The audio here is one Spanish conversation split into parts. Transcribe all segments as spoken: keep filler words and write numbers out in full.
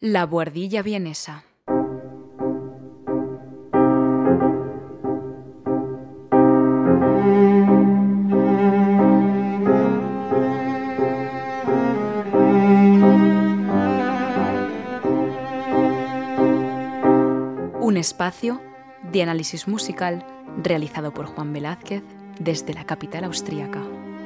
La buhardilla vienesa. Un espacio de análisis musical realizado por Juan Velázquez desde la capital austríaca.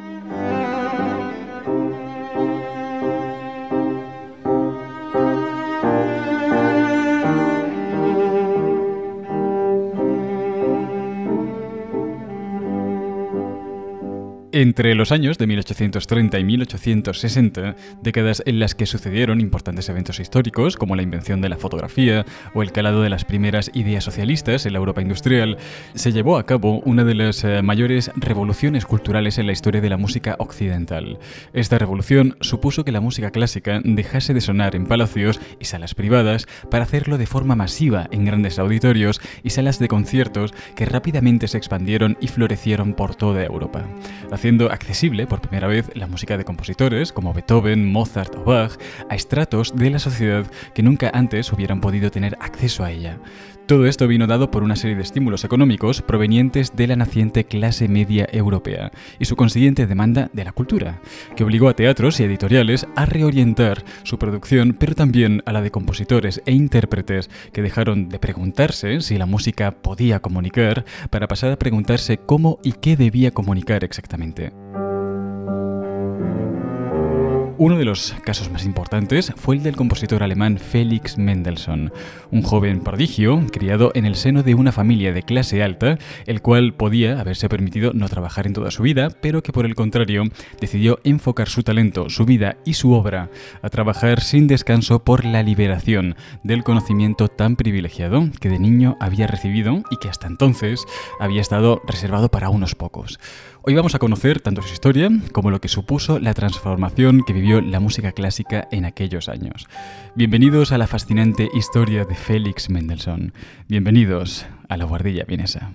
Entre los años de mil ochocientos treinta y mil ochocientos sesenta, décadas en las que sucedieron importantes eventos históricos como la invención de la fotografía o el calado de las primeras ideas socialistas en la Europa industrial, se llevó a cabo una de las eh, mayores revoluciones culturales en la historia de la música occidental. Esta revolución supuso que la música clásica dejase de sonar en palacios y salas privadas para hacerlo de forma masiva en grandes auditorios y salas de conciertos que rápidamente se expandieron y florecieron por toda Europa, haciendo accesible por primera vez la música de compositores como Beethoven, Mozart o Bach a estratos de la sociedad que nunca antes hubieran podido tener acceso a ella. Todo esto vino dado por una serie de estímulos económicos provenientes de la naciente clase media europea y su consiguiente demanda de la cultura, que obligó a teatros y editoriales a reorientar su producción, pero también a la de compositores e intérpretes que dejaron de preguntarse si la música podía comunicar para pasar a preguntarse cómo y qué debía comunicar exactamente. Uno de los casos más importantes fue el del compositor alemán Felix Mendelssohn, un joven prodigio criado en el seno de una familia de clase alta, el cual podía haberse permitido no trabajar en toda su vida, pero que por el contrario decidió enfocar su talento, su vida y su obra a trabajar sin descanso por la liberación del conocimiento tan privilegiado que de niño había recibido y que hasta entonces había estado reservado para unos pocos. Hoy vamos a conocer tanto su historia como lo que supuso la transformación que vivió la música clásica en aquellos años. Bienvenidos a la fascinante historia de Felix Mendelssohn. Bienvenidos a la buhardilla vienesa.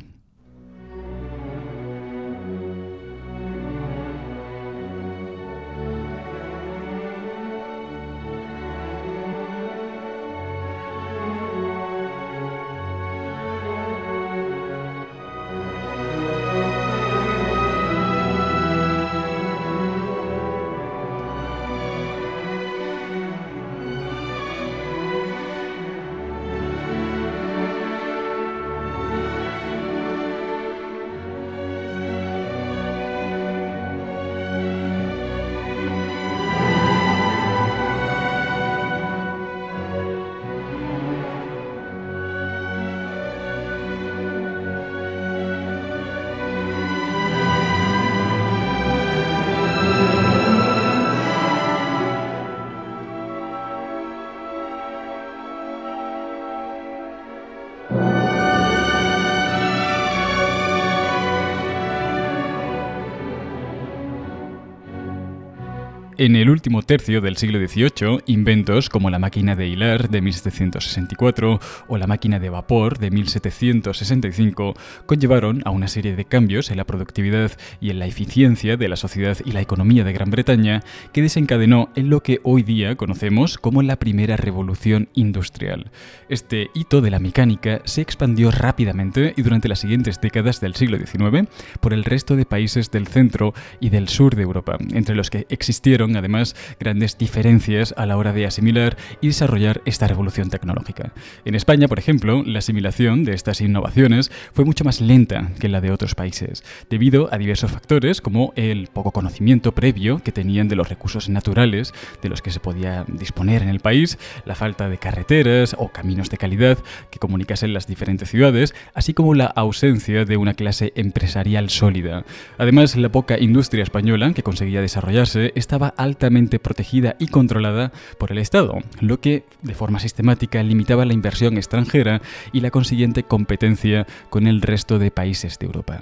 En el último tercio del siglo dieciocho, inventos como la máquina de hilar de mil setecientos sesenta y cuatro o la máquina de vapor de mil setecientos sesenta y cinco conllevaron a una serie de cambios en la productividad y en la eficiencia de la sociedad y la economía de Gran Bretaña que desencadenó en lo que hoy día conocemos como la primera revolución industrial. Este hito de la mecánica se expandió rápidamente y durante las siguientes décadas del siglo diecinueve por el resto de países del centro y del sur de Europa, entre los que existieron además grandes diferencias a la hora de asimilar y desarrollar esta revolución tecnológica. En España, por ejemplo, la asimilación de estas innovaciones fue mucho más lenta que la de otros países, debido a diversos factores como el poco conocimiento previo que tenían de los recursos naturales de los que se podía disponer en el país, la falta de carreteras o caminos de calidad que comunicasen las diferentes ciudades, así como la ausencia de una clase empresarial sólida. Además, la poca industria española que conseguía desarrollarse estaba altamente protegida y controlada por el Estado, lo que de forma sistemática limitaba la inversión extranjera y la consiguiente competencia con el resto de países de Europa.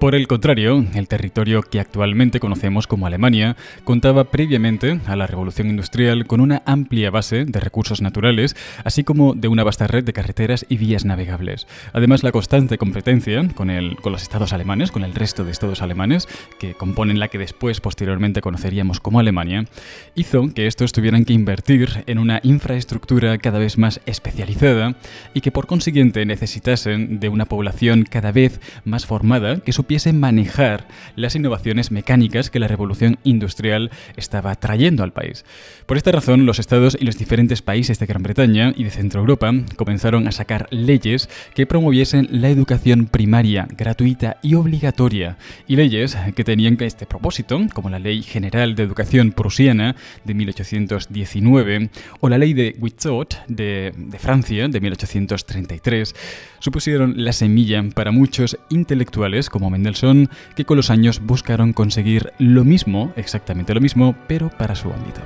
Por el contrario, el territorio que actualmente conocemos como Alemania contaba previamente a la Revolución Industrial con una amplia base de recursos naturales, así como de una vasta red de carreteras y vías navegables. Además, la constante competencia con, el, con los estados alemanes, con el resto de estados alemanes, que componen la que después, posteriormente, conoceríamos como Alemania, hizo que estos tuvieran que invertir en una infraestructura cada vez más especializada y que, por consiguiente, necesitasen de una población cada vez más formada que supiese manejar las innovaciones mecánicas que la revolución industrial estaba trayendo al país. Por esta razón, los estados y los diferentes países de Gran Bretaña y de Centro Europa comenzaron a sacar leyes que promoviesen la educación primaria, gratuita y obligatoria, y leyes que tenían este propósito, como la Ley General de Educación Prusiana de mil ochocientos diecinueve o la Ley de Wittstock de, de Francia de mil ochocientos treinta y tres, supusieron la semilla para muchos intelectuales como Mendelssohn, que con los años buscaron conseguir lo mismo, exactamente lo mismo, pero para su ámbito.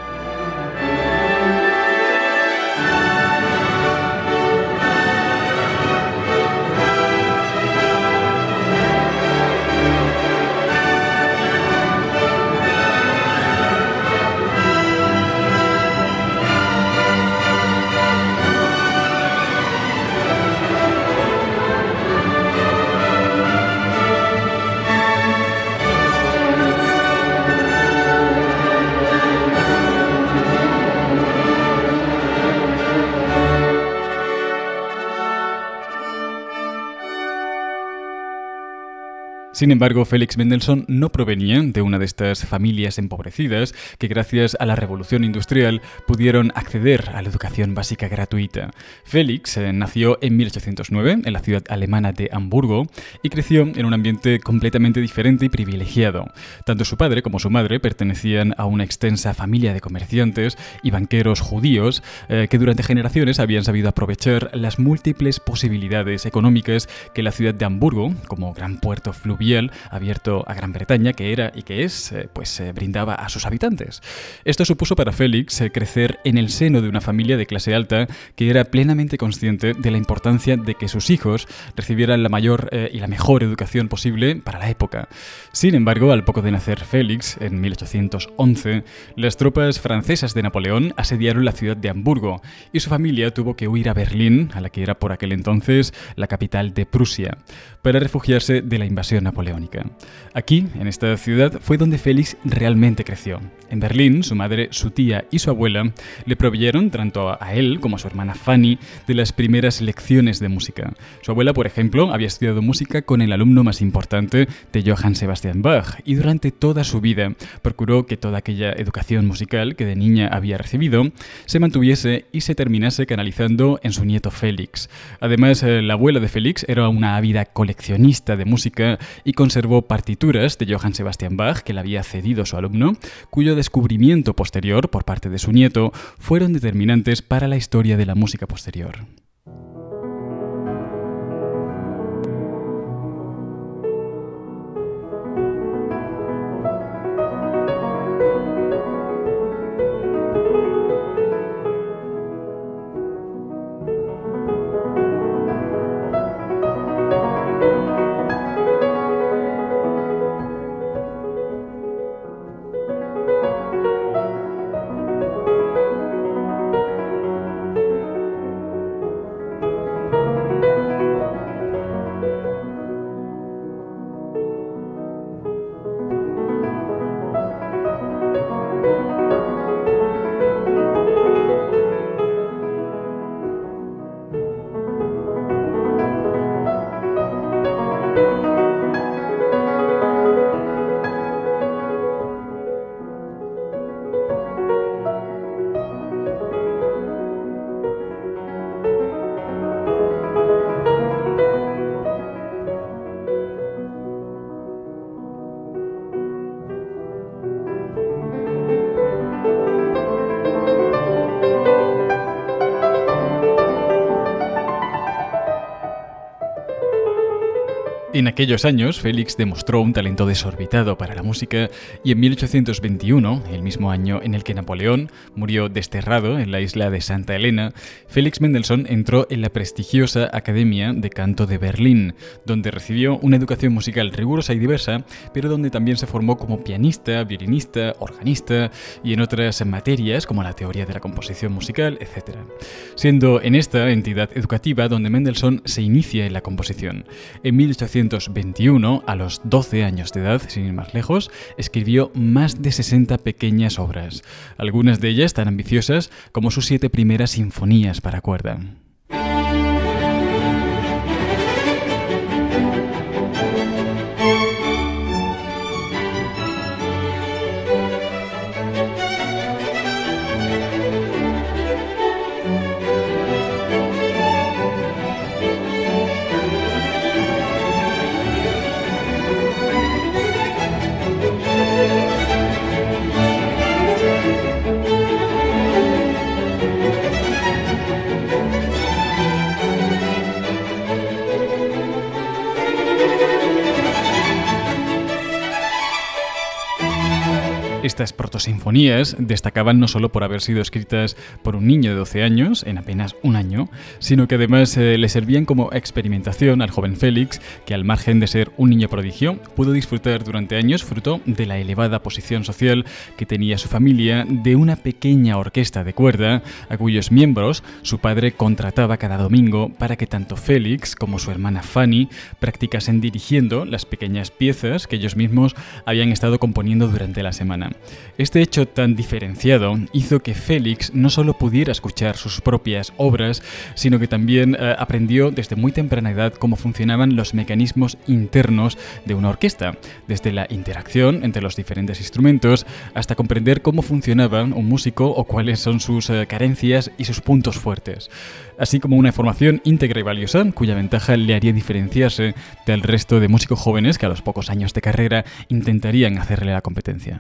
Sin embargo, Félix Mendelssohn no provenía de una de estas familias empobrecidas que gracias a la revolución industrial pudieron acceder a la educación básica gratuita. Félix eh, nació en mil ochocientos nueve en la ciudad alemana de Hamburgo y creció en un ambiente completamente diferente y privilegiado. Tanto su padre como su madre pertenecían a una extensa familia de comerciantes y banqueros judíos eh, que durante generaciones habían sabido aprovechar las múltiples posibilidades económicas que la ciudad de Hamburgo, como gran puerto fluvial abierto a Gran Bretaña, que era y que es, eh, pues eh, brindaba a sus habitantes. Esto supuso para Félix eh, crecer en el seno de una familia de clase alta que era plenamente consciente de la importancia de que sus hijos recibieran la mayor eh, y la mejor educación posible para la época. Sin embargo, al poco de nacer Félix, en mil ochocientos once, las tropas francesas de Napoleón asediaron la ciudad de Hamburgo y su familia tuvo que huir a Berlín, a la que era por aquel entonces la capital de Prusia, para refugiarse de la invasión napoleónica. Aquí, en esta ciudad, fue donde Félix realmente creció. En Berlín, su madre, su tía y su abuela le proveyeron, tanto a él como a su hermana Fanny, de las primeras lecciones de música. Su abuela, por ejemplo, había estudiado música con el alumno más importante de Johann Sebastian Bach y durante toda su vida procuró que toda aquella educación musical que de niña había recibido se mantuviese y se terminase canalizando en su nieto Félix. Además, la abuela de Félix era una ávida coleccionista de música y conservó partituras de Johann Sebastian Bach que le había cedido su alumno, cuyo descubrimiento posterior por parte de su nieto fueron determinantes para la historia de la música posterior. En aquellos años, Félix demostró un talento desorbitado para la música y en mil ochocientos veintiuno, el mismo año en el que Napoleón murió desterrado en la isla de Santa Elena, Félix Mendelssohn entró en la prestigiosa Academia de Canto de Berlín, donde recibió una educación musical rigurosa y diversa, pero donde también se formó como pianista, violinista, organista y en otras materias como la teoría de la composición musical, etcétera. Siendo en esta entidad educativa donde Mendelssohn se inicia en la composición. En mil ochocientos veintiuno, a los doce años de edad, sin ir más lejos, escribió más de sesenta pequeñas obras, algunas de ellas tan ambiciosas como sus siete primeras sinfonías para cuerda. Estas protosinfonías destacaban no solo por haber sido escritas por un niño de doce años, en apenas un año, sino que además eh, le servían como experimentación al joven Félix, que al margen de ser un niño prodigio, pudo disfrutar durante años, fruto de la elevada posición social que tenía su familia, de una pequeña orquesta de cuerda, a cuyos miembros su padre contrataba cada domingo para que tanto Félix como su hermana Fanny practicasen dirigiendo las pequeñas piezas que ellos mismos habían estado componiendo durante la semana. Este hecho tan diferenciado hizo que Félix no solo pudiera escuchar sus propias obras, sino que también eh, aprendió desde muy temprana edad cómo funcionaban los mecanismos internos de una orquesta, desde la interacción entre los diferentes instrumentos hasta comprender cómo funcionaba un músico o cuáles son sus eh, carencias y sus puntos fuertes, así como una formación íntegra y valiosa cuya ventaja le haría diferenciarse del resto de músicos jóvenes que a los pocos años de carrera intentarían hacerle la competencia.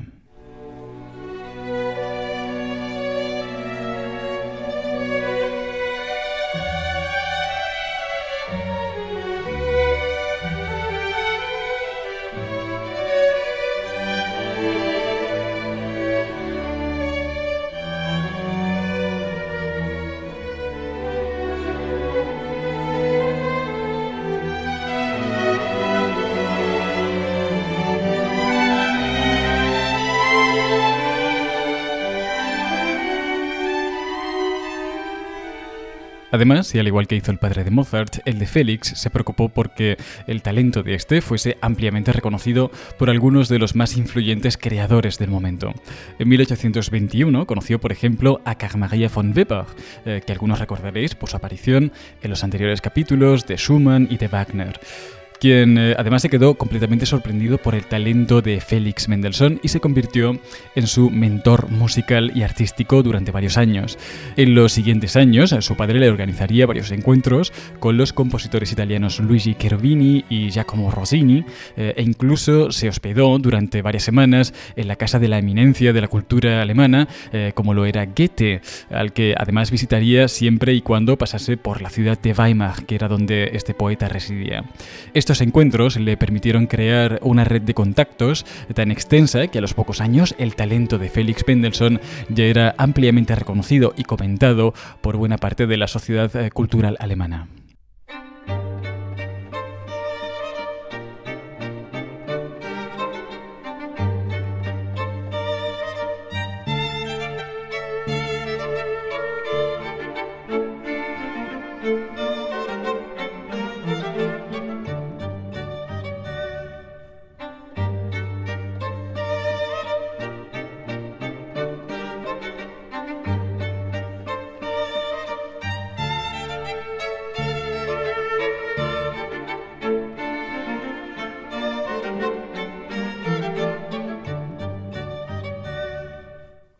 Además, y al igual que hizo el padre de Mozart, el de Félix se preocupó porque el talento de este fuese ampliamente reconocido por algunos de los más influyentes creadores del momento. En mil ochocientos veintiuno conoció, por ejemplo, a Carl Maria von Weber, eh, que algunos recordaréis por su aparición en los anteriores capítulos de Schumann y de Wagner, quien eh, además se quedó completamente sorprendido por el talento de Félix Mendelssohn y se convirtió en su mentor musical y artístico durante varios años. En los siguientes años, su padre le organizaría varios encuentros con los compositores italianos Luigi Cherubini y Giacomo Rossini, eh, e incluso se hospedó durante varias semanas en la casa de la eminencia de la cultura alemana, eh, como lo era Goethe, al que además visitaría siempre y cuando pasase por la ciudad de Weimar, que era donde este poeta residía. Estos encuentros le permitieron crear una red de contactos tan extensa que a los pocos años el talento de Félix Mendelssohn ya era ampliamente reconocido y comentado por buena parte de la sociedad cultural alemana.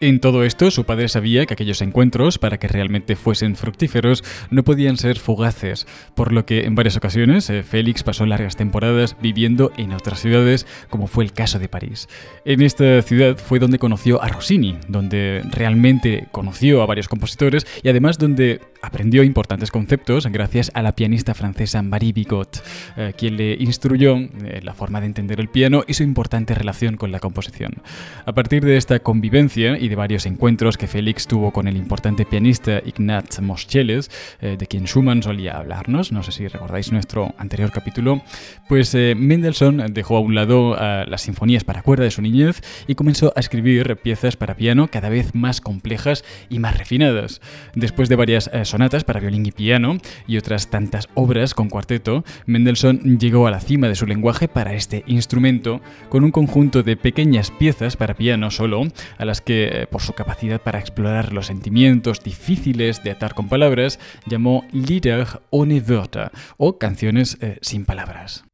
En todo esto, su padre sabía que aquellos encuentros, para que realmente fuesen fructíferos, no podían ser fugaces, por lo que en varias ocasiones eh, Félix pasó largas temporadas viviendo en otras ciudades, como fue el caso de París. En esta ciudad fue donde conoció a Rossini, donde realmente conoció a varios compositores y además donde aprendió importantes conceptos gracias a la pianista francesa Marie Bigot, eh, quien le instruyó eh, la forma de entender el piano y su importante relación con la composición. A partir de esta convivencia y de varios encuentros que Félix tuvo con el importante pianista Ignaz Moscheles, eh, de quien Schumann solía hablarnos, no sé si recordáis nuestro anterior capítulo, pues eh, Mendelssohn dejó a un lado uh, las sinfonías para cuerda de su niñez y comenzó a escribir piezas para piano cada vez más complejas y más refinadas. Después de varias eh, sonatas para violín y piano y otras tantas obras con cuarteto, Mendelssohn llegó a la cima de su lenguaje para este instrumento con un conjunto de pequeñas piezas para piano solo, a las que por su capacidad para explorar los sentimientos difíciles de atar con palabras, llamó Lieder ohne Wörter, o canciones eh, sin palabras.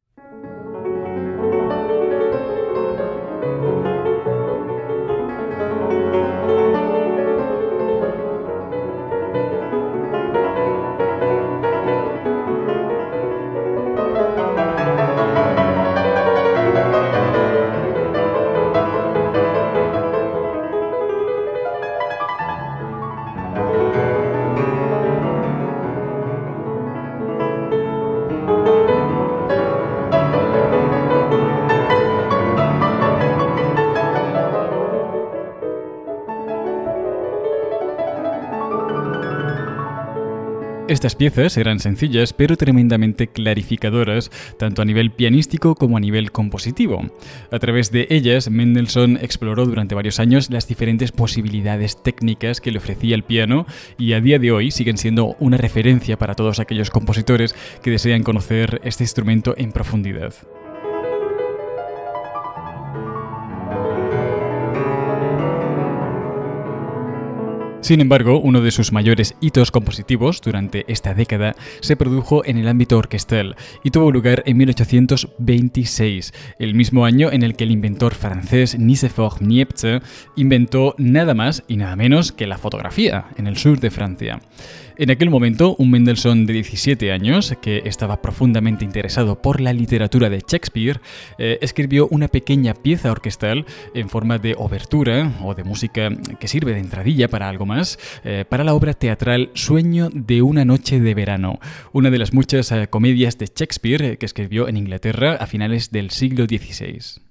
Estas piezas eran sencillas pero tremendamente clarificadoras, tanto a nivel pianístico como a nivel compositivo. A través de ellas, Mendelssohn exploró durante varios años las diferentes posibilidades técnicas que le ofrecía el piano y a día de hoy siguen siendo una referencia para todos aquellos compositores que desean conocer este instrumento en profundidad. Sin embargo, uno de sus mayores hitos compositivos durante esta década se produjo en el ámbito orquestal y tuvo lugar en mil ochocientos veintiséis, el mismo año en el que el inventor francés Nicéphore Niepce inventó nada más y nada menos que la fotografía en el sur de Francia. En aquel momento, un Mendelssohn de diecisiete años, que estaba profundamente interesado por la literatura de Shakespeare, eh, escribió una pequeña pieza orquestal en forma de obertura o de música que sirve de entradilla para algo más, eh, para la obra teatral Sueño de una noche de verano, una de las muchas eh, comedias de Shakespeare eh, que escribió en Inglaterra a finales del siglo dieciséis.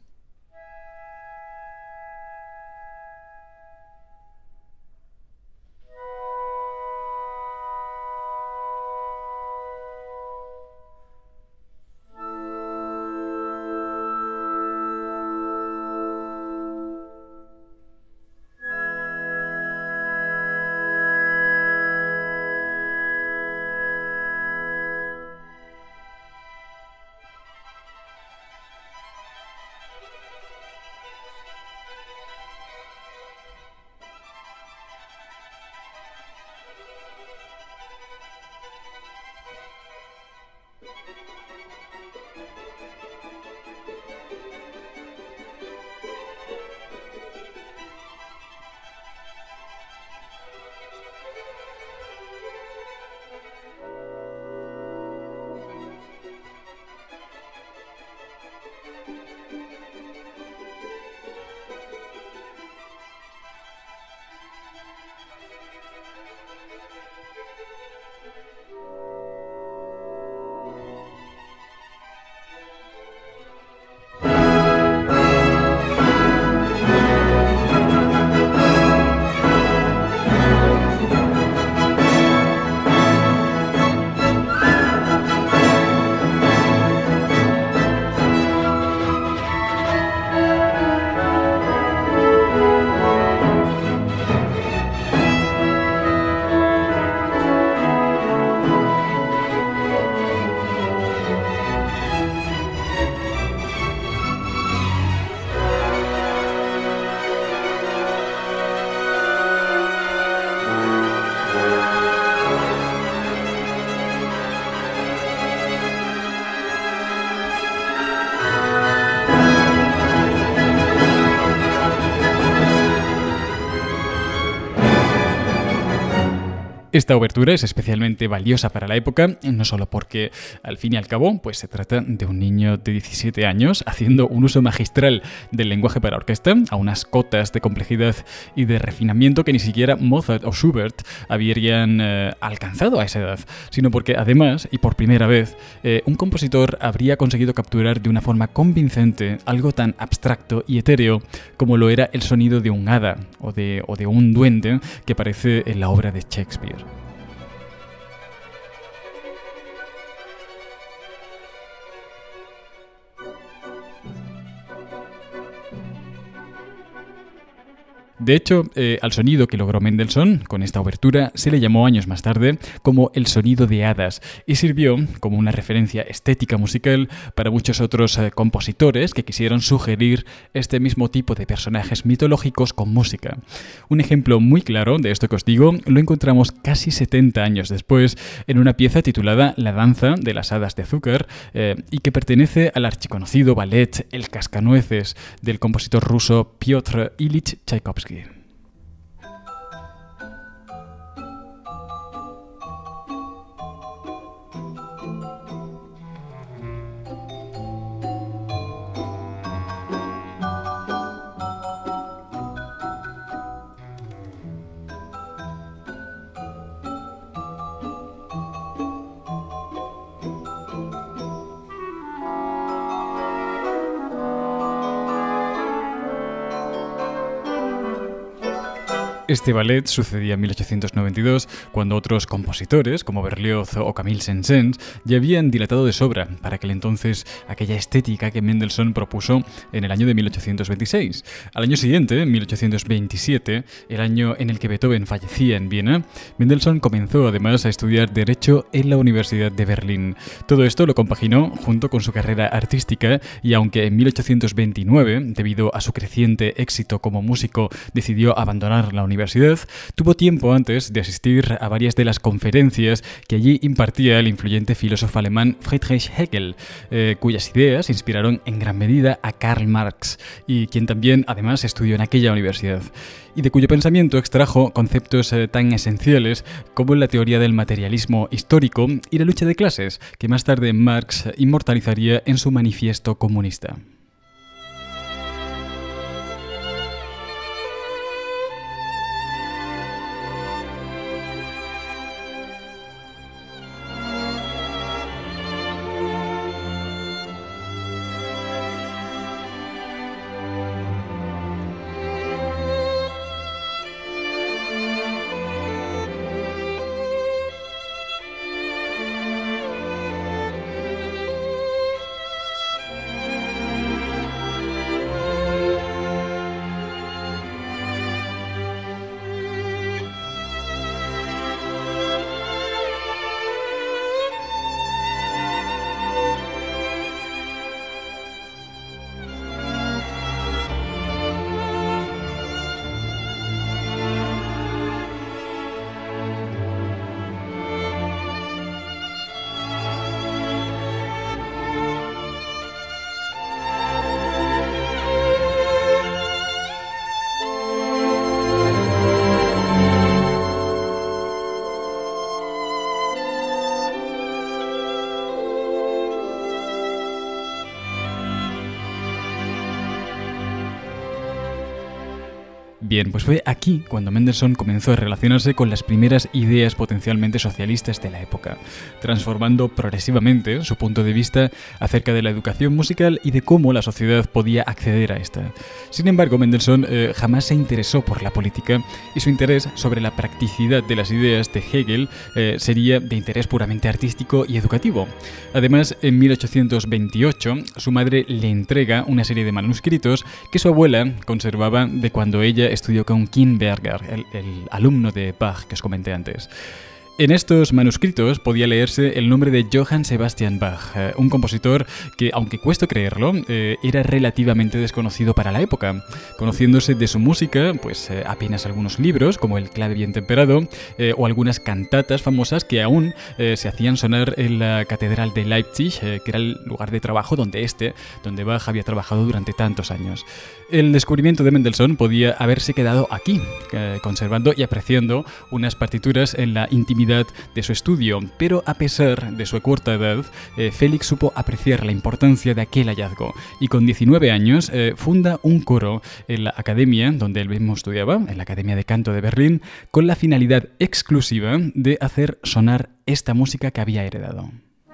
Esta obertura es especialmente valiosa para la época, no solo porque, al fin y al cabo, pues se trata de un niño de diecisiete años haciendo un uso magistral del lenguaje para orquesta a unas cotas de complejidad y de refinamiento que ni siquiera Mozart o Schubert habrían eh, alcanzado a esa edad, sino porque además, y por primera vez, eh, un compositor habría conseguido capturar de una forma convincente algo tan abstracto y etéreo como lo era el sonido de un hada o de, o de un duende que aparece en la obra de Shakespeare. De hecho, eh, al sonido que logró Mendelssohn con esta obertura se le llamó años más tarde como el sonido de hadas y sirvió como una referencia estética musical para muchos otros eh, compositores que quisieron sugerir este mismo tipo de personajes mitológicos con música. Un ejemplo muy claro de esto que os digo lo encontramos casi setenta años después en una pieza titulada La danza de las hadas de azúcar eh, y que pertenece al archiconocido ballet El cascanueces del compositor ruso Piotr Ilich Tchaikovsky. Este ballet sucedía en mil ochocientos noventa y dos, cuando otros compositores, como Berlioz o Camille Saint-Saëns, ya habían dilatado de sobra para aquel entonces aquella estética que Mendelssohn propuso en el año de mil ochocientos veintiséis. Al año siguiente, en mil ochocientos veintisiete, el año en el que Beethoven fallecía en Viena, Mendelssohn comenzó además a estudiar Derecho en la Universidad de Berlín. Todo esto lo compaginó junto con su carrera artística y aunque en mil ochocientos veintinueve, debido a su creciente éxito como músico, decidió abandonar la universidad, Universidad, tuvo tiempo antes de asistir a varias de las conferencias que allí impartía el influyente filósofo alemán Friedrich Hegel, eh, cuyas ideas inspiraron en gran medida a Karl Marx, y quien también además estudió en aquella universidad, y de cuyo pensamiento extrajo conceptos eh, tan esenciales como la teoría del materialismo histórico y la lucha de clases, que más tarde Marx inmortalizaría en su manifiesto comunista. Bien, pues fue aquí cuando Mendelssohn comenzó a relacionarse con las primeras ideas potencialmente socialistas de la época, transformando progresivamente su punto de vista acerca de la educación musical y de cómo la sociedad podía acceder a esta. Sin embargo, Mendelssohn eh, jamás se interesó por la política y su interés sobre la practicidad de las ideas de Hegel eh, sería de interés puramente artístico y educativo. Además, en mil ochocientos veintiocho, su madre le entrega una serie de manuscritos que su abuela conservaba de cuando ella estudió con Kinberger, el, el alumno de Bach que os comenté antes. En estos manuscritos podía leerse el nombre de Johann Sebastian Bach, eh, un compositor que, aunque cuesta creerlo, eh, era relativamente desconocido para la época, conociéndose de su música pues eh, apenas algunos libros, como el Clave bien temperado, eh, o algunas cantatas famosas que aún eh, se hacían sonar en la Catedral de Leipzig, eh, que era el lugar de trabajo donde este, donde Bach había trabajado durante tantos años. El descubrimiento de Mendelssohn podía haberse quedado aquí, eh, conservando y apreciando unas partituras en la intimidad de su estudio, pero a pesar de su corta edad, eh, Félix supo apreciar la importancia de aquel hallazgo y con diecinueve años eh, funda un coro en la academia donde él mismo estudiaba, en la Academia de Canto de Berlín, con la finalidad exclusiva de hacer sonar esta música que había heredado.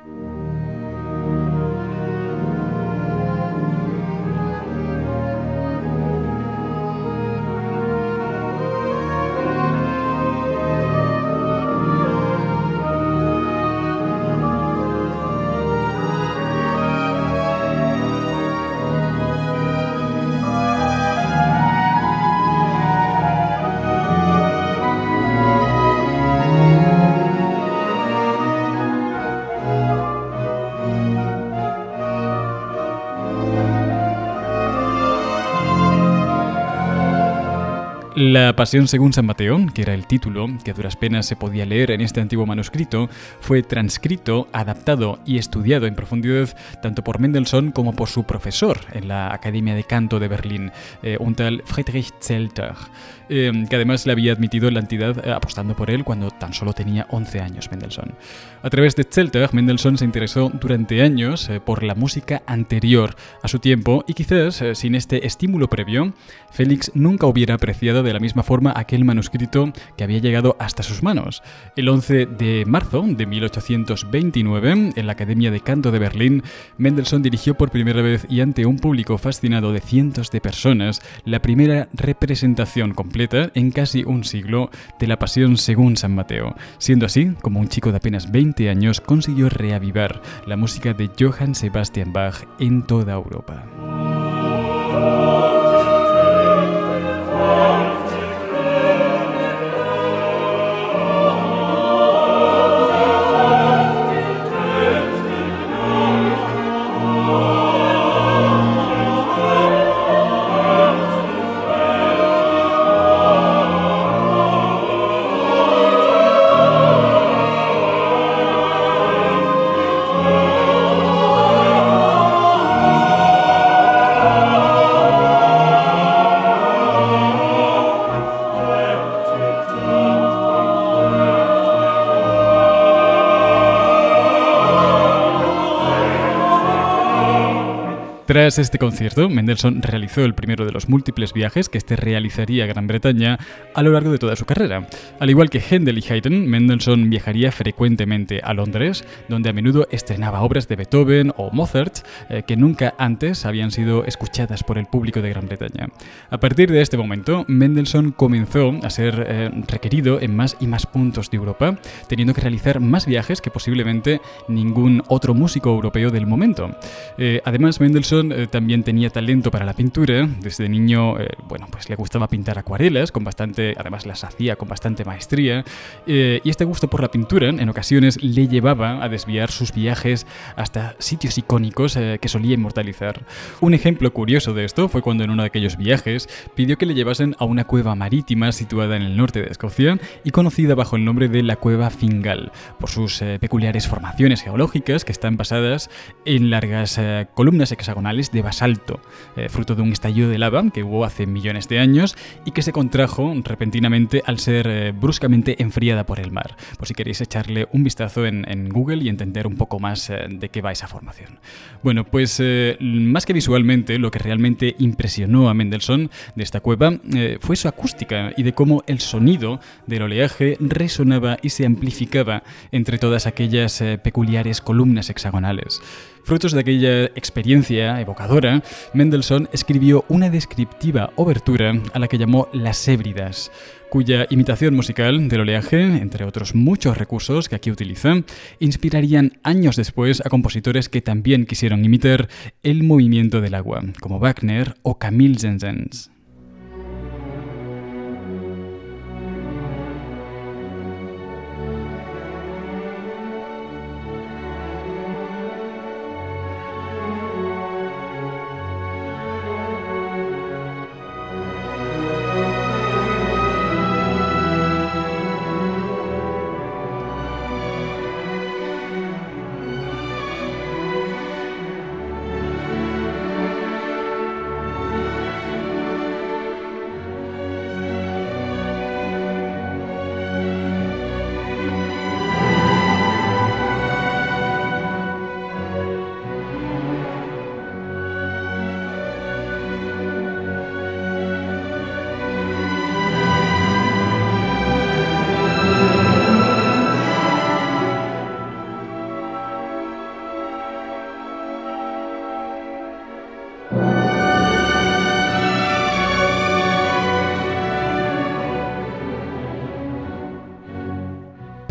La Pasión según San Mateo, que era el título que a duras penas se podía leer en este antiguo manuscrito, fue transcrito, adaptado y estudiado en profundidad tanto por Mendelssohn como por su profesor en la Academia de Canto de Berlín, eh, un tal Friedrich Zelter, eh, que además le había admitido en la entidad eh, apostando por él cuando tan solo tenía once años Mendelssohn. A través de Zelter, Mendelssohn se interesó durante años eh, por la música anterior a su tiempo y quizás eh, sin este estímulo previo, Félix nunca hubiera apreciado de la misma forma aquel manuscrito que había llegado hasta sus manos. El once de marzo de mil ochocientos veintinueve, en la Academia de Canto de Berlín, Mendelssohn dirigió por primera vez y ante un público fascinado de cientos de personas la primera representación completa en casi un siglo de la Pasión según San Mateo, siendo así como un chico de apenas veinte años consiguió reavivar la música de Johann Sebastian Bach en toda Europa. Tras este concierto, Mendelssohn realizó el primero de los múltiples viajes que este realizaría a Gran Bretaña a lo largo de toda su carrera. Al igual que Händel y Haydn, Mendelssohn viajaría frecuentemente a Londres, donde a menudo estrenaba obras de Beethoven o Mozart eh, que nunca antes habían sido escuchadas por el público de Gran Bretaña. A partir de este momento, Mendelssohn comenzó a ser eh, requerido en más y más puntos de Europa, teniendo que realizar más viajes que posiblemente ningún otro músico europeo del momento. Eh, además, Mendelssohn eh, también tenía talento para la pintura. Desde niño, eh, bueno, pues le gustaba pintar acuarelas, con bastante, además las hacía con bastante maestría, eh, y este gusto por la pintura en ocasiones le llevaba a desviar sus viajes hasta sitios icónicos eh, que solía inmortalizar. Un ejemplo curioso de esto fue cuando en uno de aquellos viajes pidió que le llevasen a una cueva marítima situada en el norte de Escocia y conocida bajo el nombre de la Cueva Fingal, por sus eh, peculiares formaciones geológicas que están basadas en largas eh, columnas hexagonales de basalto, eh, fruto de un estallido de lava que hubo hace millones de años y que se contrajo repentinamente al ser eh, bruscamente enfriada por el mar. Por si queréis echarle un vistazo en, en Google y entender un poco más eh, de qué va esa formación. Bueno, pues eh, más que visualmente, lo que realmente impresionó a Mendelssohn de esta cueva eh, fue su acústica y de cómo el sonido del oleaje resonaba y se amplificaba entre todas aquellas eh, peculiares columnas hexagonales. Frutos de aquella experiencia evocadora, Mendelssohn escribió una descriptiva obertura a la que llamó Las Hébridas, cuya imitación musical del oleaje, entre otros muchos recursos que aquí utiliza, inspirarían años después a compositores que también quisieron imitar el movimiento del agua, como Wagner o Camille Saint-Saëns.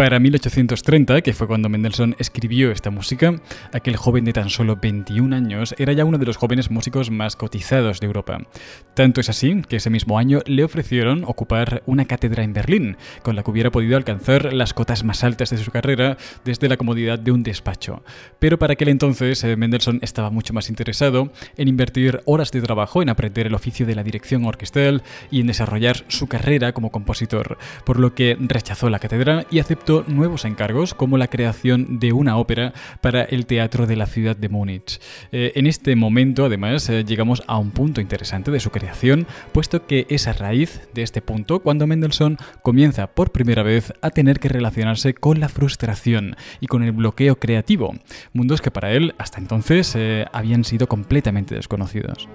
Para mil ochocientos treinta, que fue cuando Mendelssohn escribió esta música, aquel joven de tan solo veintiún años era ya uno de los jóvenes músicos más cotizados de Europa. Tanto es así que ese mismo año le ofrecieron ocupar una cátedra en Berlín, con la que hubiera podido alcanzar las cotas más altas de su carrera desde la comodidad de un despacho. Pero para aquel entonces eh, Mendelssohn estaba mucho más interesado en invertir horas de trabajo en aprender el oficio de la dirección orquestal y en desarrollar su carrera como compositor, por lo que rechazó la cátedra y aceptó nuevos encargos como la creación de una ópera para el teatro de la ciudad de Múnich. Eh, en este momento, además, eh, llegamos a un punto interesante de su creación, puesto que es a raíz de este punto cuando Mendelssohn comienza por primera vez a tener que relacionarse con la frustración y con el bloqueo creativo, mundos que para él hasta entonces eh, habían sido completamente desconocidos.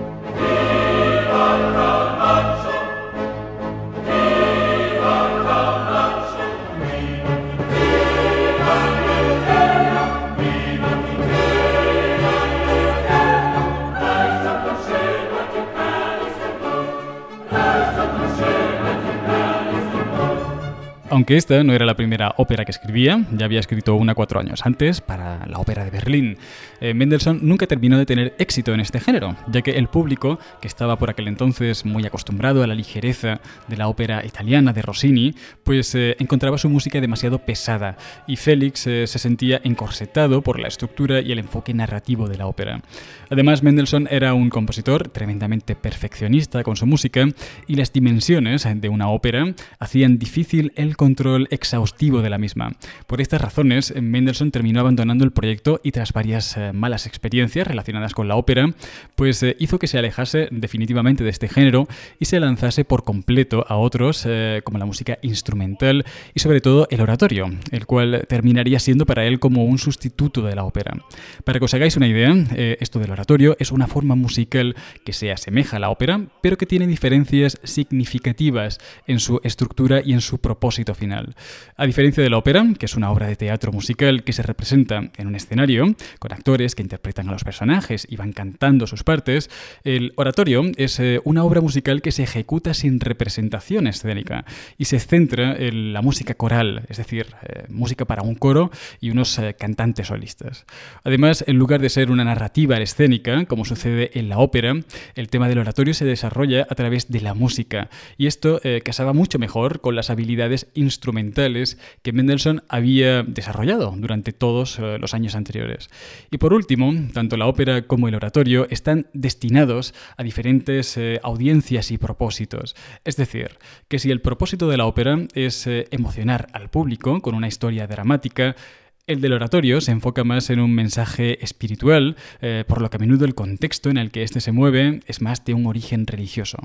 Aunque esta no era la primera ópera que escribía, ya había escrito una cuatro años antes para la Ópera de Berlín. Eh, Mendelssohn nunca terminó de tener éxito en este género, ya que el público, que estaba por aquel entonces muy acostumbrado a la ligereza de la ópera italiana de Rossini, pues eh, encontraba su música demasiado pesada y Félix eh, se sentía encorsetado por la estructura y el enfoque narrativo de la ópera. Además, Mendelssohn era un compositor tremendamente perfeccionista con su música y las dimensiones de una ópera hacían difícil el control exhaustivo de la misma. Por estas razones, Mendelssohn terminó abandonando el proyecto y tras varias eh, malas experiencias relacionadas con la ópera, pues eh, hizo que se alejase definitivamente de este género y se lanzase por completo a otros eh, como la música instrumental y sobre todo el oratorio, el cual terminaría siendo para él como un sustituto de la ópera. Para que os hagáis una idea, eh, esto del oratorio es una forma musical que se asemeja a la ópera, pero que tiene diferencias significativas en su estructura y en su propósito final. A diferencia de la ópera, que es una obra de teatro musical que se representa en un escenario, con actores que interpretan a los personajes y van cantando sus partes, el oratorio es eh, una obra musical que se ejecuta sin representación escénica y se centra en la música coral, es decir, eh, música para un coro y unos eh, cantantes solistas. Además, en lugar de ser una narrativa escénica, como sucede en la ópera, el tema del oratorio se desarrolla a través de la música y esto eh, casaba mucho mejor con las habilidades instrumentales que Mendelssohn había desarrollado durante todos eh, los años anteriores. Y por último, tanto la ópera como el oratorio están destinados a diferentes eh, audiencias y propósitos. Es decir, que si el propósito de la ópera es eh, emocionar al público con una historia dramática, el del oratorio se enfoca más en un mensaje espiritual, eh, por lo que a menudo el contexto en el que éste se mueve es más de un origen religioso.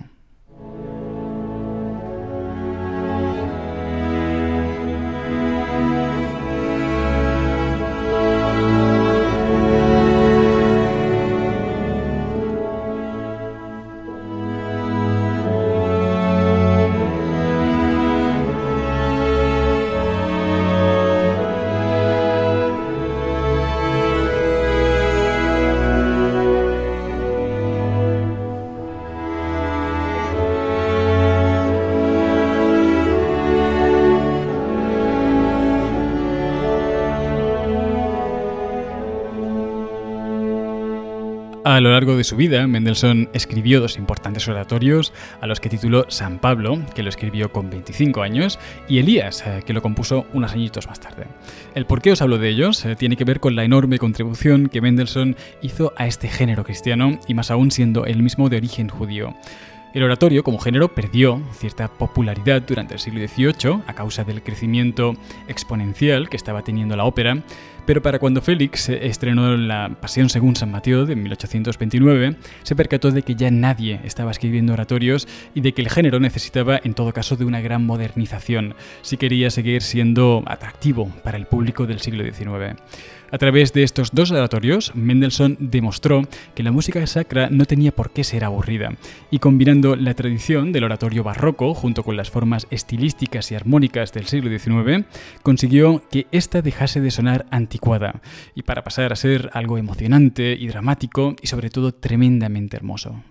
A lo largo de su vida, Mendelssohn escribió dos importantes oratorios a los que tituló San Pablo, que lo escribió con veinticinco años, y Elías, que lo compuso unos añitos más tarde. El por qué os hablo de ellos eh, tiene que ver con la enorme contribución que Mendelssohn hizo a este género cristiano, y más aún siendo él mismo de origen judío. El oratorio, como género, perdió cierta popularidad durante el siglo dieciocho a causa del crecimiento exponencial que estaba teniendo la ópera, pero para cuando Félix estrenó la Pasión según San Mateo de mil ochocientos veintinueve, se percató de que ya nadie estaba escribiendo oratorios y de que el género necesitaba, en todo caso, de una gran modernización si quería seguir siendo atractivo para el público del siglo diecinueve. A través de estos dos oratorios, Mendelssohn demostró que la música sacra no tenía por qué ser aburrida, y combinando la tradición del oratorio barroco junto con las formas estilísticas y armónicas del siglo diecinueve, consiguió que ésta dejase de sonar anticuada, y para pasar a ser algo emocionante y dramático, y sobre todo tremendamente hermoso.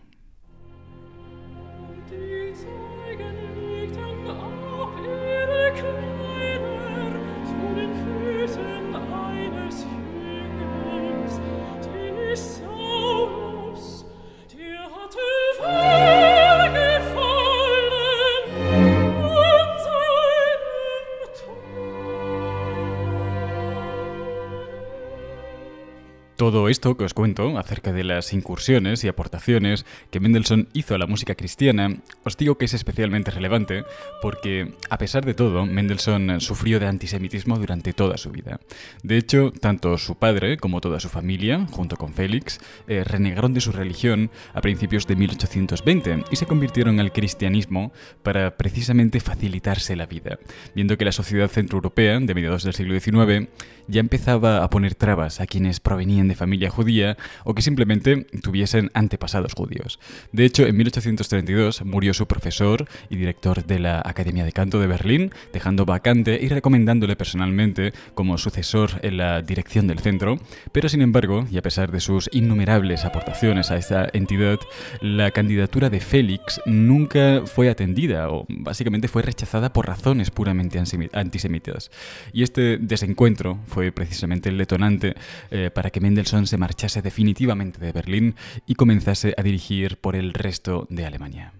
Todo esto que os cuento acerca de las incursiones y aportaciones que Mendelssohn hizo a la música cristiana, os digo que es especialmente relevante porque, a pesar de todo, Mendelssohn sufrió de antisemitismo durante toda su vida. De hecho, tanto su padre como toda su familia, junto con Félix, eh, renegaron de su religión a principios de mil ochocientos veinte y se convirtieron al cristianismo para precisamente facilitarse la vida, viendo que la sociedad centroeuropea de mediados del siglo diecinueve ya empezaba a poner trabas a quienes provenían de familia judía o que simplemente tuviesen antepasados judíos. De hecho, en mil ochocientos treinta y dos murió su profesor y director de la Academia de Canto de Berlín, dejando vacante y recomendándole personalmente como sucesor en la dirección del centro, pero sin embargo, y a pesar de sus innumerables aportaciones a esta entidad, la candidatura de Félix nunca fue atendida o básicamente fue rechazada por razones puramente antisemitas. Y este desencuentro fue precisamente el detonante eh, para que Mendelssohn se marchase definitivamente de Berlín y comenzase a dirigir por el resto de Alemania.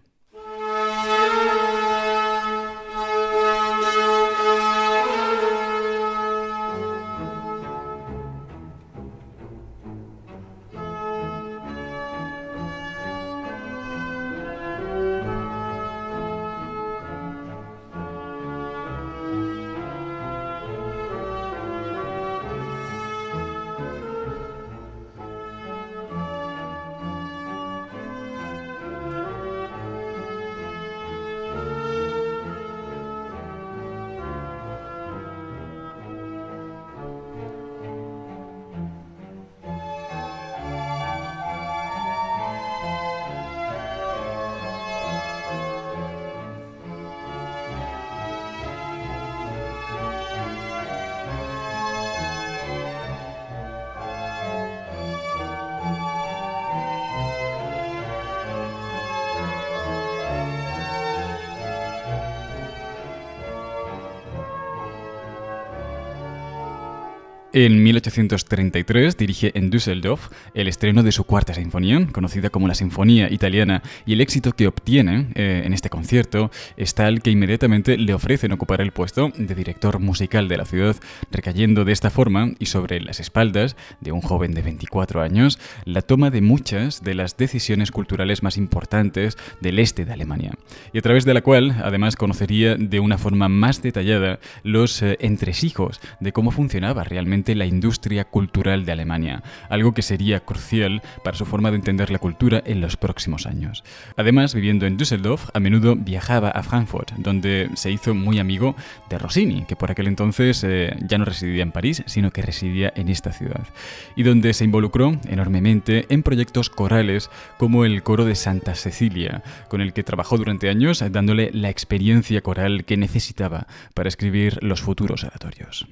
En mil ochocientos treinta y tres dirige en Düsseldorf el estreno de su cuarta sinfonía, conocida como la Sinfonía Italiana, y el éxito que obtiene eh, en este concierto es tal que inmediatamente le ofrecen ocupar el puesto de director musical de la ciudad, recayendo de esta forma y sobre las espaldas de un joven de veinticuatro años la toma de muchas de las decisiones culturales más importantes del este de Alemania, y a través de la cual además conocería de una forma más detallada los eh, entresijos de cómo funcionaba realmente la industria cultural de Alemania, algo que sería crucial para su forma de entender la cultura en los próximos años. Además, viviendo en Düsseldorf, a menudo viajaba a Frankfurt, donde se hizo muy amigo de Rossini, que por aquel entonces eh, ya no residía en París, sino que residía en esta ciudad, y donde se involucró enormemente en proyectos corales como el coro de Santa Cecilia, con el que trabajó durante años dándole la experiencia coral que necesitaba para escribir los futuros oratorios.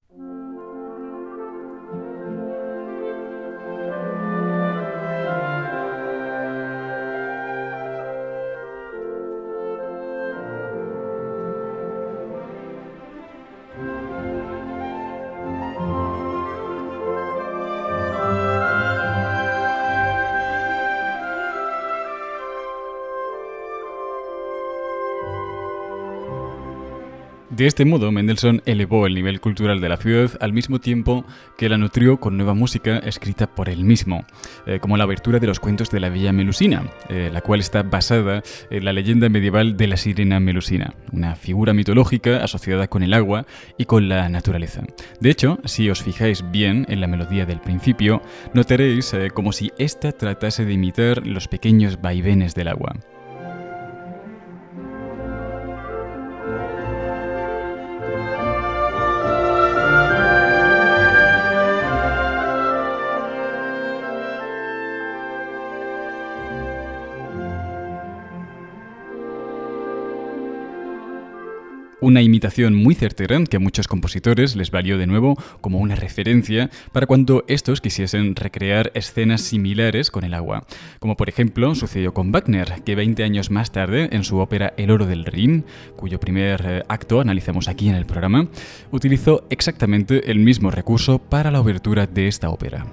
De este modo, Mendelssohn elevó el nivel cultural de la ciudad al mismo tiempo que la nutrió con nueva música escrita por él mismo, eh, como la abertura de los cuentos de la Villa Melusina, eh, la cual está basada en la leyenda medieval de la sirena Melusina, una figura mitológica asociada con el agua y con la naturaleza. De hecho, si os fijáis bien en la melodía del principio, notaréis eh, como si ésta tratase de imitar los pequeños vaivenes del agua. Una imitación muy certera que a muchos compositores les valió de nuevo como una referencia para cuando estos quisiesen recrear escenas similares con el agua. Como por ejemplo sucedió con Wagner, que veinte años más tarde, en su ópera El oro del Rin, cuyo primer eh, acto analizamos aquí en el programa, utilizó exactamente el mismo recurso para la obertura de esta ópera.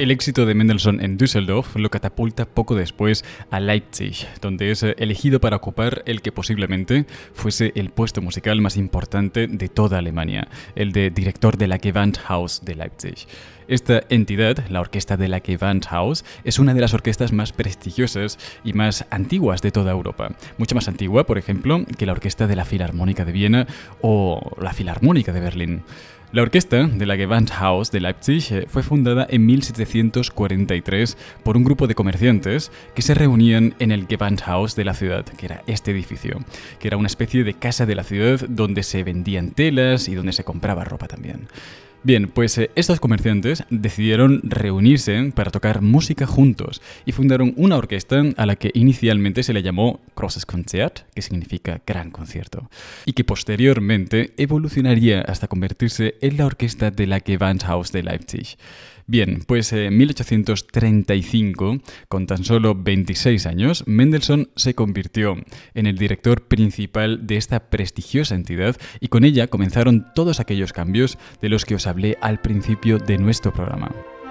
El éxito de Mendelssohn en Düsseldorf lo catapulta poco después a Leipzig, donde es elegido para ocupar el que posiblemente fuese el puesto musical más importante de toda Alemania, el de director de la Gewandhaus de Leipzig. Esta entidad, la orquesta de la Gewandhaus, es una de las orquestas más prestigiosas y más antiguas de toda Europa. Mucho más antigua, por ejemplo, que la orquesta de la Filarmónica de Viena o la Filarmónica de Berlín. La orquesta de la Gewandhaus de Leipzig fue fundada en mil setecientos cuarenta y tres por un grupo de comerciantes que se reunían en el Gewandhaus de la ciudad, que era este edificio, que era una especie de casa de la ciudad donde se vendían telas y donde se compraba ropa también. Bien, pues eh, estos comerciantes decidieron reunirse para tocar música juntos y fundaron una orquesta a la que inicialmente se le llamó Großes Konzert, que significa gran concierto, y que posteriormente evolucionaría hasta convertirse en la orquesta de la Gewandhaus de Leipzig. Bien, pues en mil ochocientos treinta y cinco, con tan solo veintiséis años, Mendelssohn se convirtió en el director principal de esta prestigiosa entidad y con ella comenzaron todos aquellos cambios de los que os hablé al principio de nuestro programa.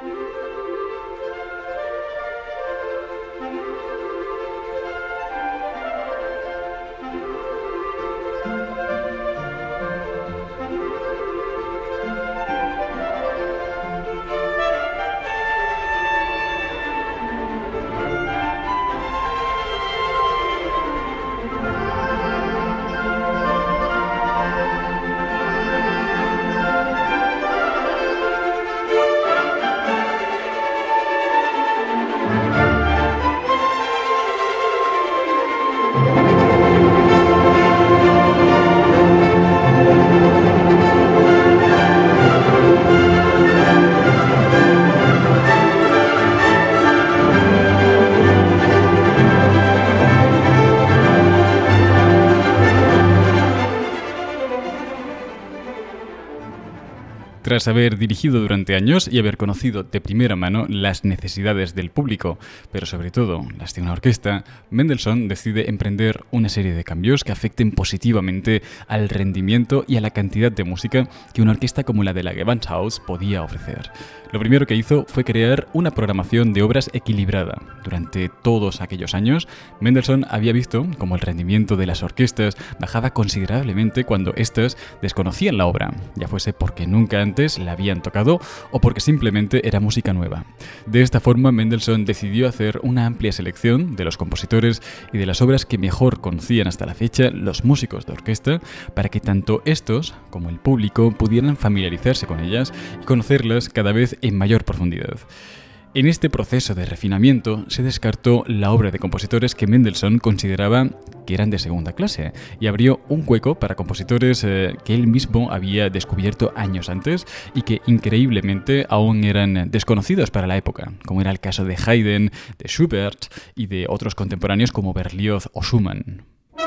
Tras haber dirigido durante años y haber conocido de primera mano las necesidades del público, pero sobre todo las de una orquesta, Mendelssohn decide emprender una serie de cambios que afecten positivamente al rendimiento y a la cantidad de música que una orquesta como la de la Gewandhaus podía ofrecer. Lo primero que hizo fue crear una programación de obras equilibrada. Durante todos aquellos años, Mendelssohn había visto cómo el rendimiento de las orquestas bajaba considerablemente cuando éstas desconocían la obra, ya fuese porque nunca antes la habían tocado o porque simplemente era música nueva. De esta forma, Mendelssohn decidió hacer una amplia selección de los compositores y de las obras que mejor conocían hasta la fecha los músicos de orquesta, para que tanto estos como el público pudieran familiarizarse con ellas y conocerlas cada vez en mayor profundidad. En este proceso de refinamiento se descartó la obra de compositores que Mendelssohn consideraba que eran de segunda clase y abrió un hueco para compositores eh, que él mismo había descubierto años antes y que increíblemente aún eran desconocidos para la época, como era el caso de Haydn, de Schubert y de otros contemporáneos como Berlioz o Schumann.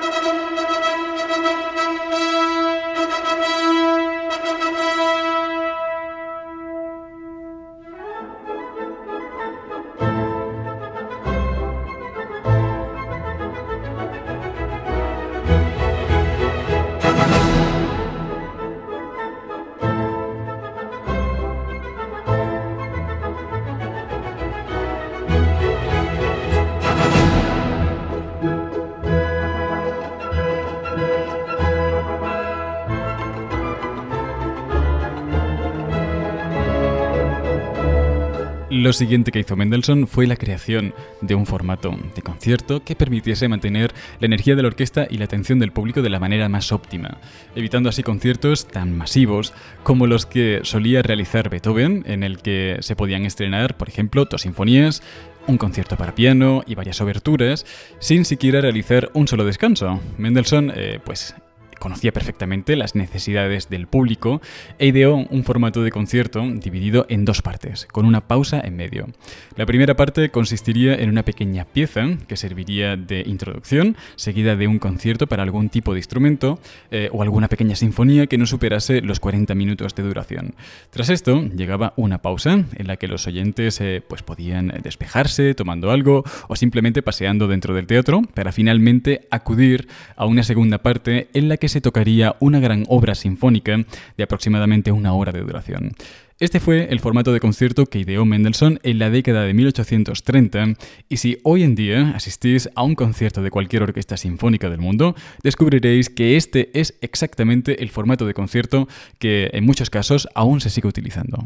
Lo siguiente que hizo Mendelssohn fue la creación de un formato de concierto que permitiese mantener la energía de la orquesta y la atención del público de la manera más óptima, evitando así conciertos tan masivos como los que solía realizar Beethoven, en el que se podían estrenar, por ejemplo, dos sinfonías, un concierto para piano y varias oberturas, sin siquiera realizar un solo descanso. Mendelssohn, eh, pues... conocía perfectamente las necesidades del público e ideó un formato de concierto dividido en dos partes, con una pausa en medio. La primera parte consistiría en una pequeña pieza que serviría de introducción, seguida de un concierto para algún tipo de instrumento eh, o alguna pequeña sinfonía que no superase los cuarenta minutos de duración. Tras esto, llegaba una pausa en la que los oyentes eh, pues podían despejarse tomando algo o simplemente paseando dentro del teatro, para finalmente acudir a una segunda parte en la que se tocaría una gran obra sinfónica de aproximadamente una hora de duración. Este fue el formato de concierto que ideó Mendelssohn en la década de mil ochocientos treinta, y si hoy en día asistís a un concierto de cualquier orquesta sinfónica del mundo, descubriréis que este es exactamente el formato de concierto que en muchos casos aún se sigue utilizando.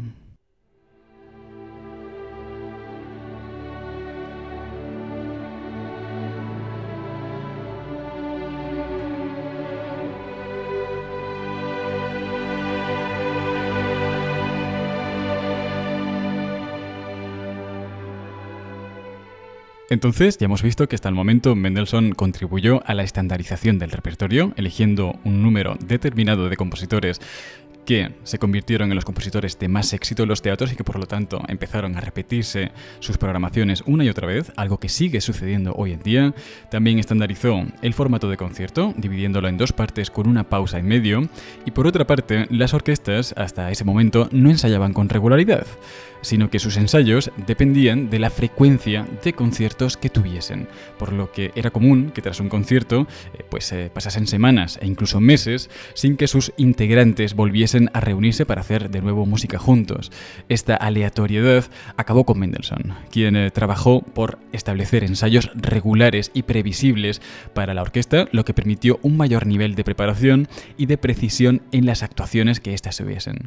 Entonces, ya hemos visto que hasta el momento Mendelssohn contribuyó a la estandarización del repertorio, eligiendo un número determinado de compositores que se convirtieron en los compositores de más éxito en los teatros y que por lo tanto empezaron a repetirse sus programaciones una y otra vez, algo que sigue sucediendo hoy en día. También estandarizó el formato de concierto, dividiéndolo en dos partes con una pausa en medio, y por otra parte, las orquestas hasta ese momento no ensayaban con regularidad, sino que sus ensayos dependían de la frecuencia de conciertos que tuviesen, por lo que era común que tras un concierto eh, pues eh, pasasen semanas e incluso meses sin que sus integrantes volviesen a reunirse para hacer de nuevo música juntos. Esta aleatoriedad acabó con Mendelssohn, quien eh, trabajó por establecer ensayos regulares y previsibles para la orquesta, lo que permitió un mayor nivel de preparación y de precisión en las actuaciones que éstas hubiesen.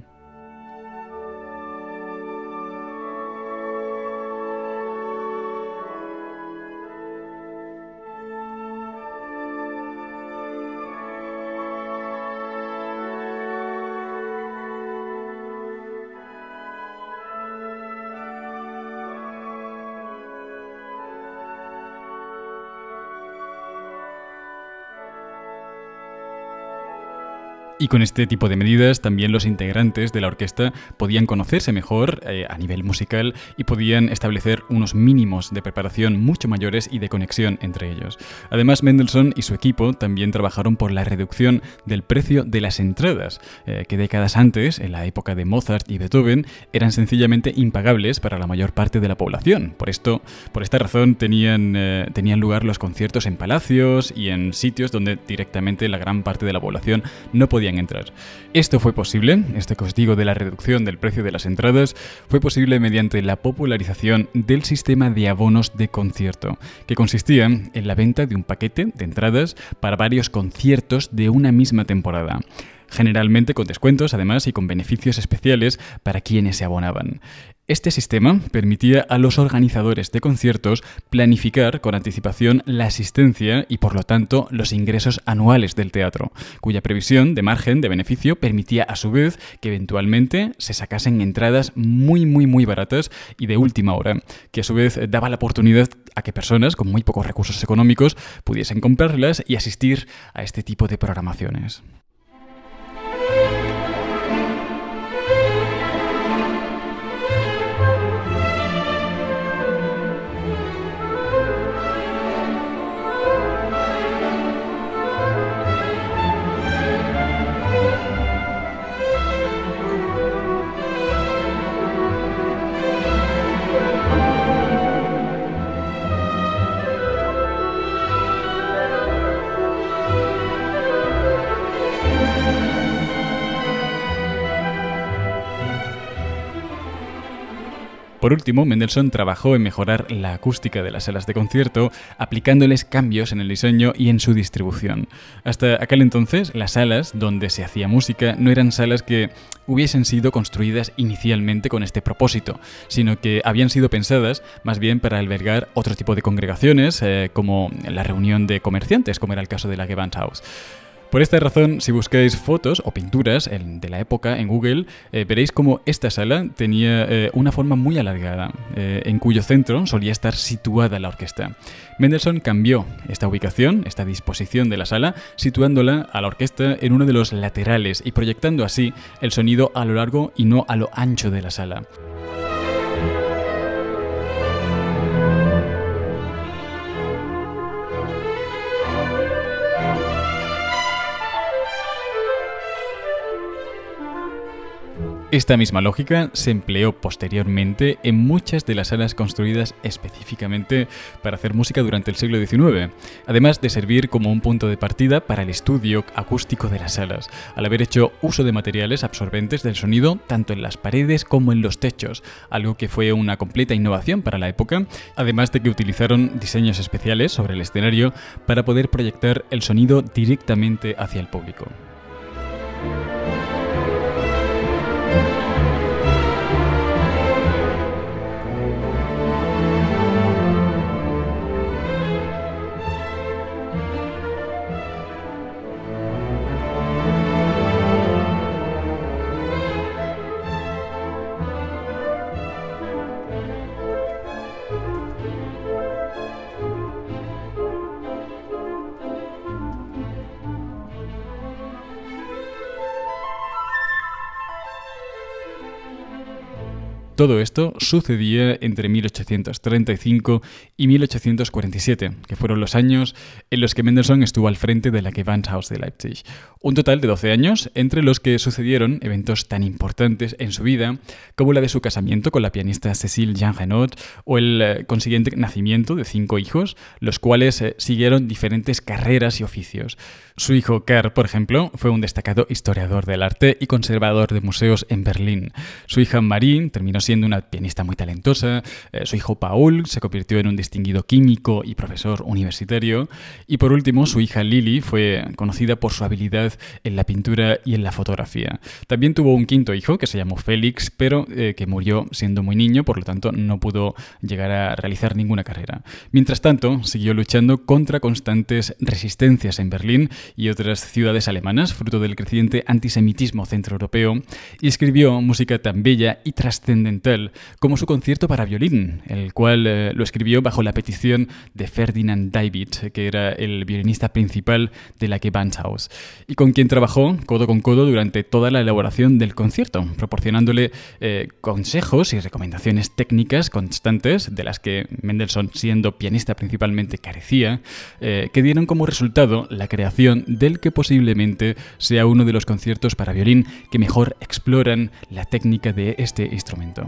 Y con este tipo de medidas también los integrantes de la orquesta podían conocerse mejor eh, a nivel musical y podían establecer unos mínimos de preparación mucho mayores y de conexión entre ellos. Además, Mendelssohn y su equipo también trabajaron por la reducción del precio de las entradas, eh, que décadas antes, en la época de Mozart y Beethoven, eran sencillamente impagables para la mayor parte de la población. Por esto, por esta razón tenían, eh, tenían lugar los conciertos en palacios y en sitios donde directamente la gran parte de la población no podía entrar. Esto fue posible, este que os digo de la reducción del precio de las entradas, fue posible mediante la popularización del sistema de abonos de concierto, que consistía en la venta de un paquete de entradas para varios conciertos de una misma temporada, generalmente con descuentos además y con beneficios especiales para quienes se abonaban. Este sistema permitía a los organizadores de conciertos planificar con anticipación la asistencia y, por lo tanto, los ingresos anuales del teatro, cuya previsión de margen de beneficio permitía, a su vez, que eventualmente se sacasen entradas muy, muy, muy baratas y de última hora, que a su vez daba la oportunidad a que personas con muy pocos recursos económicos pudiesen comprarlas y asistir a este tipo de programaciones. Por último, Mendelssohn trabajó en mejorar la acústica de las salas de concierto, aplicándoles cambios en el diseño y en su distribución. Hasta aquel entonces, las salas donde se hacía música no eran salas que hubiesen sido construidas inicialmente con este propósito, sino que habían sido pensadas más bien para albergar otro tipo de congregaciones, eh, como la reunión de comerciantes, como era el caso de la Gewandhaus. Por esta razón, si buscáis fotos o pinturas de la época en Google, eh, veréis cómo esta sala tenía eh, una forma muy alargada, eh, en cuyo centro solía estar situada la orquesta. Mendelssohn cambió esta ubicación, esta disposición de la sala, situándola a la orquesta en uno de los laterales y proyectando así el sonido a lo largo y no a lo ancho de la sala. Esta misma lógica se empleó posteriormente en muchas de las salas construidas específicamente para hacer música durante el siglo diecinueve, además de servir como un punto de partida para el estudio acústico de las salas, al haber hecho uso de materiales absorbentes del sonido tanto en las paredes como en los techos, algo que fue una completa innovación para la época, además de que utilizaron diseños especiales sobre el escenario para poder proyectar el sonido directamente hacia el público. Todo esto sucedía entre mil ochocientos treinta y cinco y mil ochocientos cuarenta y siete, que fueron los años en los que Mendelssohn estuvo al frente de la Gewandhaus de Leipzig. Un total de doce años entre los que sucedieron eventos tan importantes en su vida como la de su casamiento con la pianista Cécile Jean-Renaud o el eh, consiguiente nacimiento de cinco hijos, los cuales eh, siguieron diferentes carreras y oficios. Su hijo Karl, por ejemplo, fue un destacado historiador del arte y conservador de museos en Berlín. Su hija Marie terminó siendo una pianista muy talentosa, eh, su hijo Paul se convirtió en un distinguido químico y profesor universitario, y por último su hija Lili fue conocida por su habilidad en la pintura y en la fotografía. También tuvo un quinto hijo que se llamó Félix, pero eh, que murió siendo muy niño, por lo tanto no pudo llegar a realizar ninguna carrera. Mientras tanto, siguió luchando contra constantes resistencias en Berlín y otras ciudades alemanas, fruto del creciente antisemitismo centroeuropeo, y escribió música tan bella y trascendental como su concierto para violín, el cual eh, lo escribió bajo la petición de Ferdinand David, que era el violinista principal de la Gewandhaus, y con quien trabajó codo con codo durante toda la elaboración del concierto, proporcionándole eh, consejos y recomendaciones técnicas constantes, de las que Mendelssohn, siendo pianista principalmente, carecía, eh, que dieron como resultado la creación del que posiblemente sea uno de los conciertos para violín que mejor exploran la técnica de este instrumento.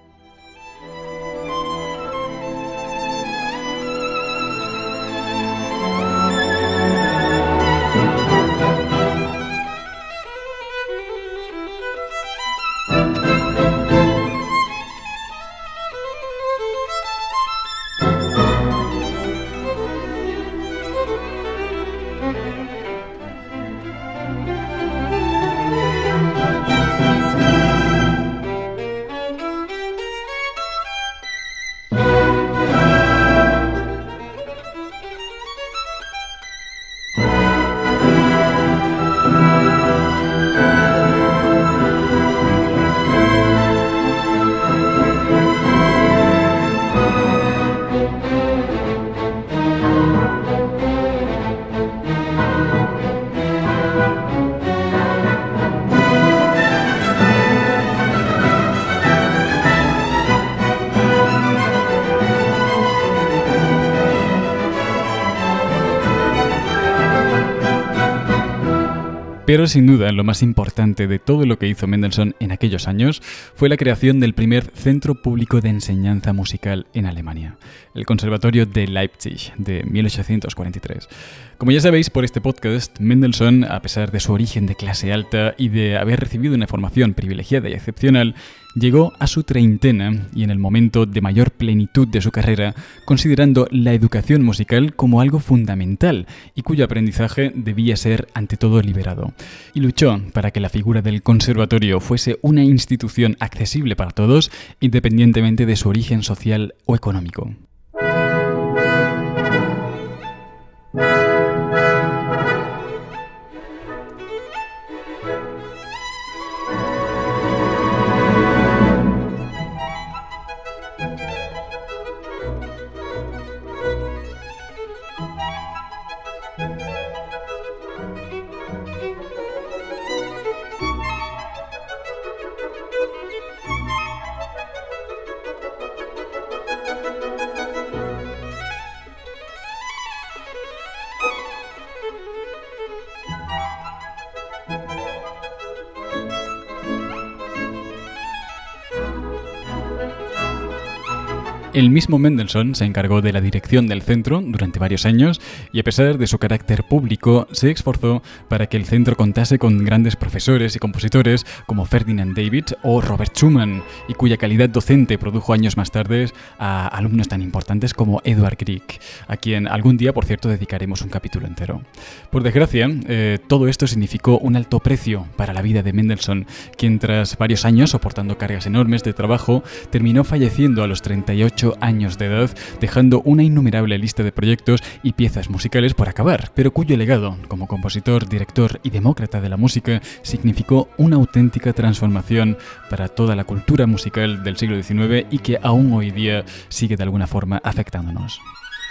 Pero sin duda lo más importante de todo lo que hizo Mendelssohn en aquellos años fue la creación del primer centro público de enseñanza musical en Alemania, el Conservatorio de Leipzig, de mil ochocientos cuarenta y tres. Como ya sabéis por este podcast, Mendelssohn, a pesar de su origen de clase alta y de haber recibido una formación privilegiada y excepcional, llegó a su treintena y en el momento de mayor plenitud de su carrera, considerando la educación musical como algo fundamental y cuyo aprendizaje debía ser ante todo liberado. Y luchó para que la figura del conservatorio fuese una institución accesible para todos, independientemente de su origen social o económico. El mismo Mendelssohn se encargó de la dirección del centro durante varios años y a pesar de su carácter público, se esforzó para que el centro contase con grandes profesores y compositores como Ferdinand David o Robert Schumann, y cuya calidad docente produjo años más tarde a alumnos tan importantes como Edvard Grieg, a quien algún día, por cierto, dedicaremos un capítulo entero. Por desgracia, eh, todo esto significó un alto precio para la vida de Mendelssohn, quien tras varios años soportando cargas enormes de trabajo, terminó falleciendo a los treinta y ocho años de edad, dejando una innumerable lista de proyectos y piezas musicales por acabar, pero cuyo legado, como compositor, director y demócrata de la música, significó una auténtica transformación para toda la cultura musical del siglo diecinueve y que aún hoy día sigue de alguna forma afectándonos.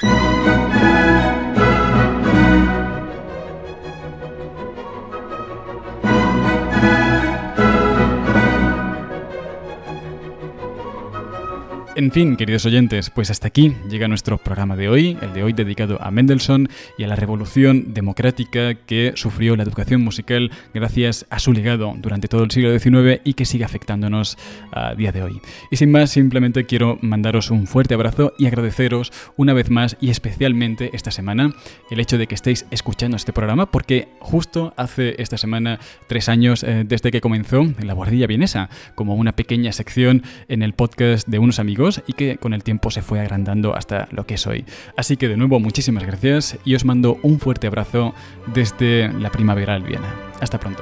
En fin, queridos oyentes, pues hasta aquí llega nuestro programa de hoy, el de hoy dedicado a Mendelssohn y a la revolución democrática que sufrió la educación musical gracias a su legado durante todo el siglo diecinueve y que sigue afectándonos a día de hoy. Y sin más, simplemente quiero mandaros un fuerte abrazo y agradeceros una vez más y especialmente esta semana el hecho de que estéis escuchando este programa, porque justo hace esta semana tres años eh, desde que comenzó La Buhardilla Vienesa como una pequeña sección en el podcast de unos amigos y que con el tiempo se fue agrandando hasta lo que es hoy. Así que de nuevo muchísimas gracias y os mando un fuerte abrazo desde la primaveral Viena. Hasta pronto.